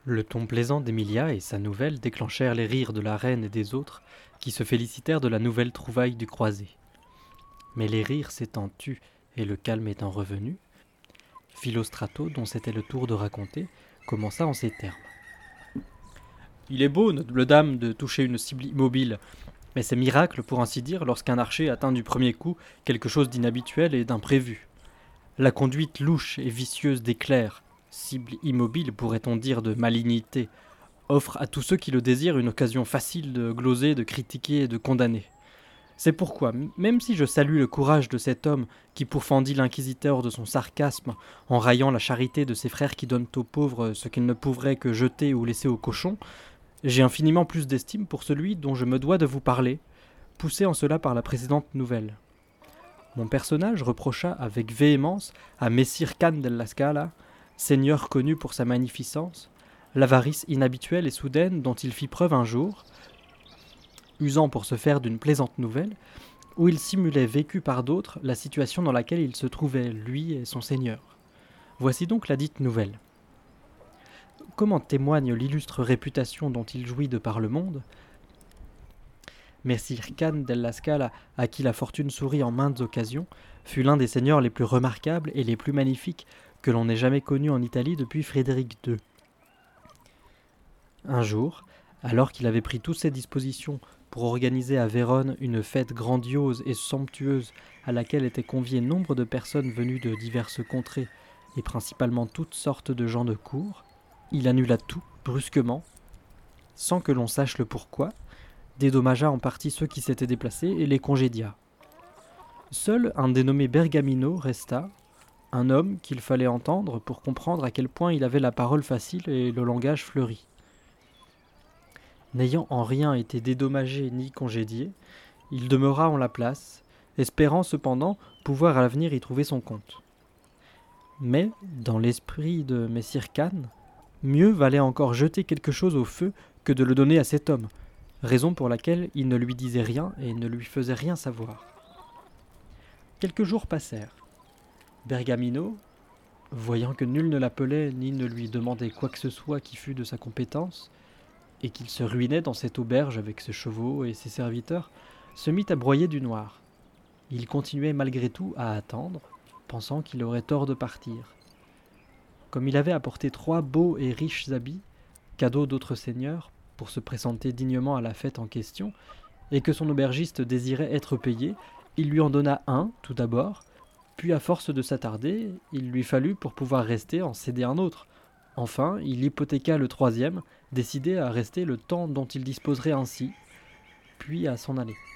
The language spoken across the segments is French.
Le ton plaisant d'Emilia et sa nouvelle déclenchèrent les rires de la reine et des autres, qui se félicitèrent de la nouvelle trouvaille du croisé. Mais les rires s'étant tus et le calme étant revenu, Philostrato, dont c'était le tour de raconter, commença en ces termes. Il est beau, noble dame, de toucher une cible immobile, mais c'est miracle, pour ainsi dire, lorsqu'un archer atteint du premier coup quelque chose d'inhabituel et d'imprévu. La conduite louche et vicieuse d'éclair, cible immobile pourrait-on dire de malignité, offre à tous ceux qui le désirent une occasion facile de gloser, de critiquer et de condamner. C'est pourquoi, même si je salue le courage de cet homme qui pourfendit l'inquisiteur de son sarcasme en raillant la charité de ses frères qui donnent aux pauvres ce qu'ils ne pourraient que jeter ou laisser aux cochons, j'ai infiniment plus d'estime pour celui dont je me dois de vous parler, poussé en cela par la précédente nouvelle. Mon personnage reprocha avec véhémence à Messire Can della Scala, seigneur connu pour sa magnificence, l'avarice inhabituelle et soudaine dont il fit preuve un jour, usant pour se faire d'une plaisante nouvelle, où il simulait vécu par d'autres la situation dans laquelle il se trouvait, lui et son seigneur. Voici donc la dite nouvelle. Comme en témoigne l'illustre réputation dont il jouit de par le monde, Messire Can della Scala, à qui la fortune sourit en maintes occasions, fut l'un des seigneurs les plus remarquables et les plus magnifiques que l'on ait jamais connus en Italie depuis Frédéric II. Un jour, alors qu'il avait pris toutes ses dispositions pour organiser à Vérone une fête grandiose et somptueuse à laquelle étaient conviés nombre de personnes venues de diverses contrées et principalement toutes sortes de gens de cour, il annula tout brusquement, sans que l'on sache le pourquoi, dédommagea en partie ceux qui s'étaient déplacés et les congédia. Seul un dénommé Bergamino resta, un homme qu'il fallait entendre pour comprendre à quel point il avait la parole facile et le langage fleuri. N'ayant en rien été dédommagé ni congédié, il demeura en la place, espérant cependant pouvoir à l'avenir y trouver son compte. Mais, dans l'esprit de Messire Can, mieux valait encore jeter quelque chose au feu que de le donner à cet homme, raison pour laquelle il ne lui disait rien et ne lui faisait rien savoir. Quelques jours passèrent. Bergamino, voyant que nul ne l'appelait ni ne lui demandait quoi que ce soit qui fût de sa compétence, et qu'il se ruinait dans cette auberge avec ses chevaux et ses serviteurs, se mit à broyer du noir. Il continuait malgré tout à attendre, pensant qu'il aurait tort de partir. Comme il avait apporté 3 beaux et riches habits, cadeaux d'autres seigneurs, pour se présenter dignement à la fête en question, et que son aubergiste désirait être payé, il lui en donna un, tout d'abord, puis à force de s'attarder, il lui fallut pour pouvoir rester en céder un autre. Enfin, il hypothéqua le 3e, décidé à rester le temps dont il disposerait ainsi, puis à s'en aller.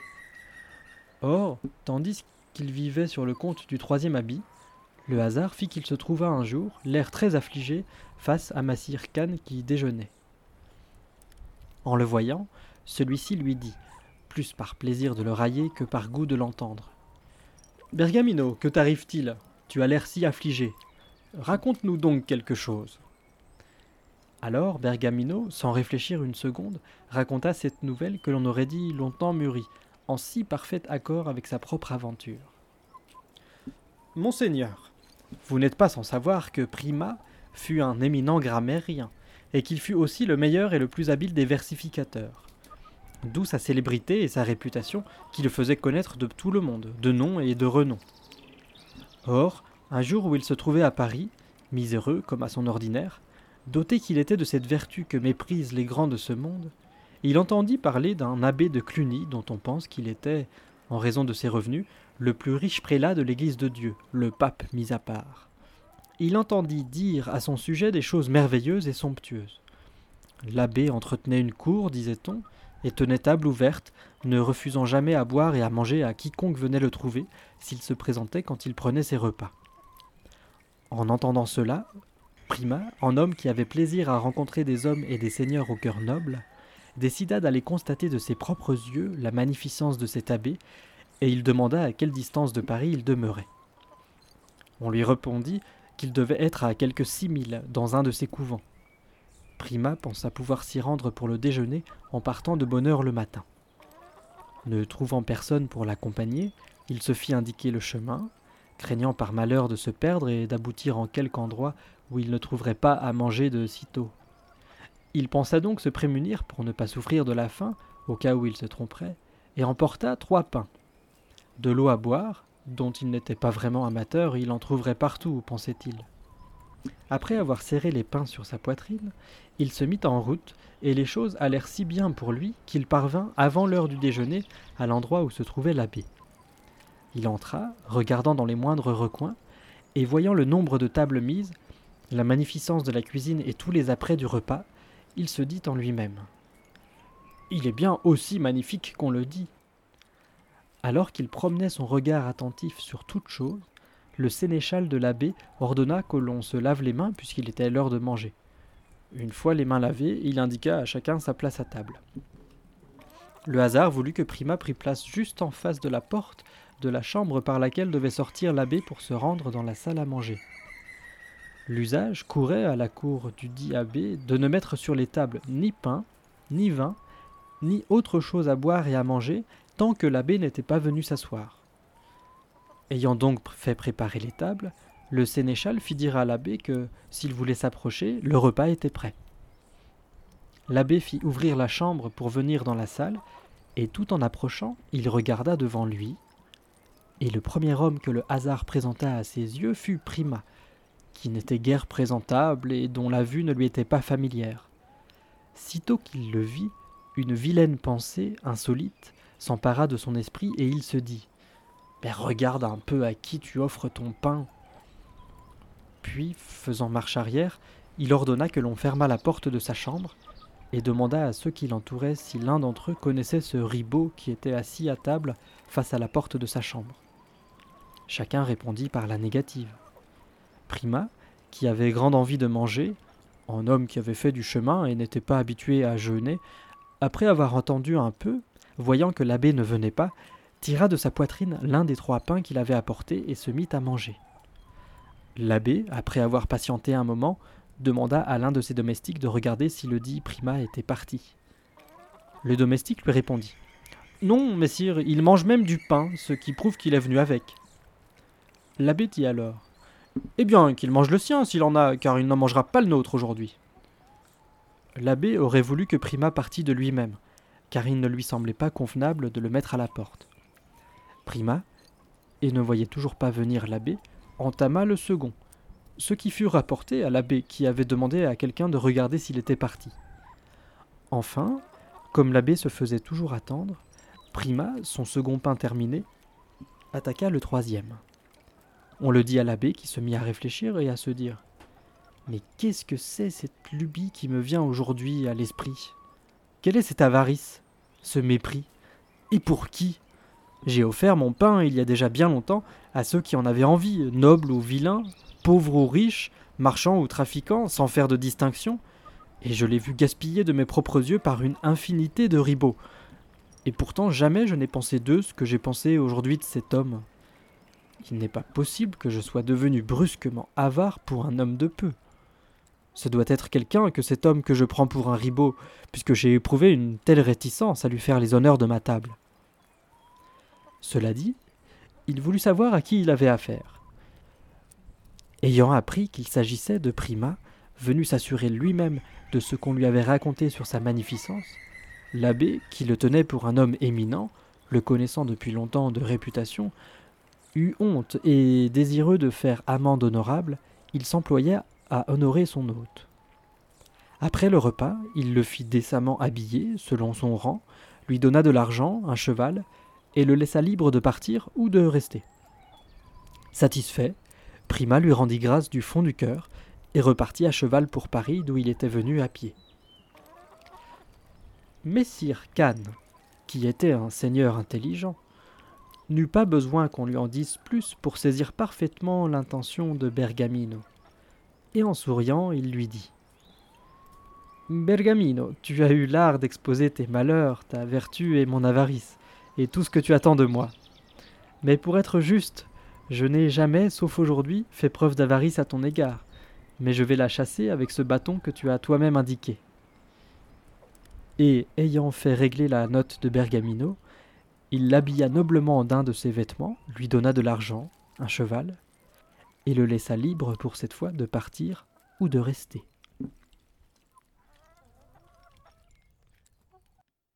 Or, tandis qu'il vivait sur le compte du 3e habit, le hasard fit qu'il se trouva un jour, l'air très affligé, face à Messire Can qui déjeunait. En le voyant, celui-ci lui dit, plus par plaisir de le railler que par goût de l'entendre. « Bergamino, que t'arrive-t-il ? Tu as l'air si affligé. Raconte-nous donc quelque chose. » Alors Bergamino, sans réfléchir une seconde, raconta cette nouvelle que l'on aurait dit longtemps mûrie, en si parfait accord avec sa propre aventure. « Monseigneur, vous n'êtes pas sans savoir que Prima fut un éminent grammairien, et qu'il fut aussi le meilleur et le plus habile des versificateurs. D'où sa célébrité et sa réputation qui le faisaient connaître de tout le monde, de nom et de renom. Or, un jour où il se trouvait à Paris, miséreux comme à son ordinaire, doté qu'il était de cette vertu que méprisent les grands de ce monde, il entendit parler d'un abbé de Cluny dont on pense qu'il était, en raison de ses revenus, le plus riche prélat de l'Église de Dieu, le pape mis à part. Il entendit dire à son sujet des choses merveilleuses et somptueuses. L'abbé entretenait une cour, disait-on, et tenait table ouverte, ne refusant jamais à boire et à manger à quiconque venait le trouver, s'il se présentait quand il prenait ses repas. En entendant cela, Prima, en homme qui avait plaisir à rencontrer des hommes et des seigneurs au cœur noble, décida d'aller constater de ses propres yeux la magnificence de cet abbé, et il demanda à quelle distance de Paris il demeurait. On lui répondit qu'il devait être à quelques 6 milles, dans un de ses couvents. Prima pensa pouvoir s'y rendre pour le déjeuner en partant de bonne heure le matin. Ne trouvant personne pour l'accompagner, il se fit indiquer le chemin, craignant par malheur de se perdre et d'aboutir en quelque endroit où il ne trouverait pas à manger de sitôt. Il pensa donc se prémunir pour ne pas souffrir de la faim, au cas où il se tromperait, et emporta 3 pains. De l'eau à boire, dont il n'était pas vraiment amateur, il en trouverait partout, pensait-il. Après avoir serré les pains sur sa poitrine, il se mit en route, et les choses allèrent si bien pour lui qu'il parvint avant l'heure du déjeuner à l'endroit où se trouvait l'abbé. Il entra, regardant dans les moindres recoins, et voyant le nombre de tables mises, la magnificence de la cuisine et tous les apprêts du repas, il se dit en lui-même « Il est bien aussi magnifique qu'on le dit !» Alors qu'il promenait son regard attentif sur toute chose, le sénéchal de l'abbé ordonna que l'on se lave les mains puisqu'il était l'heure de manger. Une fois les mains lavées, il indiqua à chacun sa place à table. Le hasard voulut que Prima prît place juste en face de la porte de la chambre par laquelle devait sortir l'abbé pour se rendre dans la salle à manger. L'usage courait à la cour du dit abbé de ne mettre sur les tables ni pain, ni vin, ni autre chose à boire et à manger tant que l'abbé n'était pas venu s'asseoir. Ayant donc fait préparer les tables, le sénéchal fit dire à l'abbé que, s'il voulait s'approcher, le repas était prêt. L'abbé fit ouvrir la chambre pour venir dans la salle, et tout en approchant, il regarda devant lui, et le premier homme que le hasard présenta à ses yeux fut Prima, qui n'était guère présentable et dont la vue ne lui était pas familière. Sitôt qu'il le vit, une vilaine pensée, insolite, s'empara de son esprit et il se dit « Mais regarde un peu à qui tu offres ton pain !» Puis, faisant marche arrière, il ordonna que l'on fermât la porte de sa chambre et demanda à ceux qui l'entouraient si l'un d'entre eux connaissait ce ribaud qui était assis à table face à la porte de sa chambre. Chacun répondit par la négative. Prima, qui avait grande envie de manger, en homme qui avait fait du chemin et n'était pas habitué à jeûner, après avoir entendu un peu, voyant que l'abbé ne venait pas, tira de sa poitrine l'un des 3 pains qu'il avait apportés et se mit à manger. L'abbé, après avoir patienté un moment, demanda à l'un de ses domestiques de regarder si le dit Prima était parti. Le domestique lui répondit « Non, messire, il mange même du pain, ce qui prouve qu'il est venu avec. » L'abbé dit alors « Eh bien, qu'il mange le sien s'il en a, car il n'en mangera pas le nôtre aujourd'hui. » L'abbé aurait voulu que Prima partît de lui-même, car il ne lui semblait pas convenable de le mettre à la porte. Prima, et ne voyait toujours pas venir l'abbé, entama le second, ce qui fut rapporté à l'abbé qui avait demandé à quelqu'un de regarder s'il était parti. Enfin, comme l'abbé se faisait toujours attendre, Prima, son second pain terminé, attaqua le 3e. On le dit à l'abbé qui se mit à réfléchir et à se dire « Mais qu'est-ce que c'est cette lubie qui me vient aujourd'hui à l'esprit ? Quelle est cette avarice, ce mépris ? Et pour qui ? J'ai offert mon pain il y a déjà bien longtemps à ceux qui en avaient envie, nobles ou vilains, pauvres ou riches, marchands ou trafiquants, sans faire de distinction, et je l'ai vu gaspiller de mes propres yeux par une infinité de ribots. Et pourtant jamais je n'ai pensé d'eux ce que j'ai pensé aujourd'hui de cet homme. Il n'est pas possible que je sois devenu brusquement avare pour un homme de peu. Ce doit être quelqu'un que cet homme que je prends pour un ribot, puisque j'ai éprouvé une telle réticence à lui faire les honneurs de ma table. » Cela dit, il voulut savoir à qui il avait affaire. Ayant appris qu'il s'agissait de Prima, venu s'assurer lui-même de ce qu'on lui avait raconté sur sa magnificence, l'abbé, qui le tenait pour un homme éminent, le connaissant depuis longtemps de réputation, eut honte et, désireux de faire amende honorable, il s'employa à honorer son hôte. Après le repas, il le fit décemment habiller, selon son rang, lui donna de l'argent, un cheval, et le laissa libre de partir ou de rester. Satisfait, Prima lui rendit grâce du fond du cœur et repartit à cheval pour Paris d'où il était venu à pied. Messire Khan, qui était un seigneur intelligent, n'eut pas besoin qu'on lui en dise plus pour saisir parfaitement l'intention de Bergamino. Et en souriant, il lui dit « Bergamino, tu as eu l'art d'exposer tes malheurs, ta vertu et mon avarice, et tout ce que tu attends de moi. Mais pour être juste, je n'ai jamais, sauf aujourd'hui, fait preuve d'avarice à ton égard, mais je vais la chasser avec ce bâton que tu as toi-même indiqué. » Et, ayant fait régler la note de Bergamino, il l'habilla noblement d'un de ses vêtements, lui donna de l'argent, un cheval, et le laissa libre pour cette fois de partir ou de rester.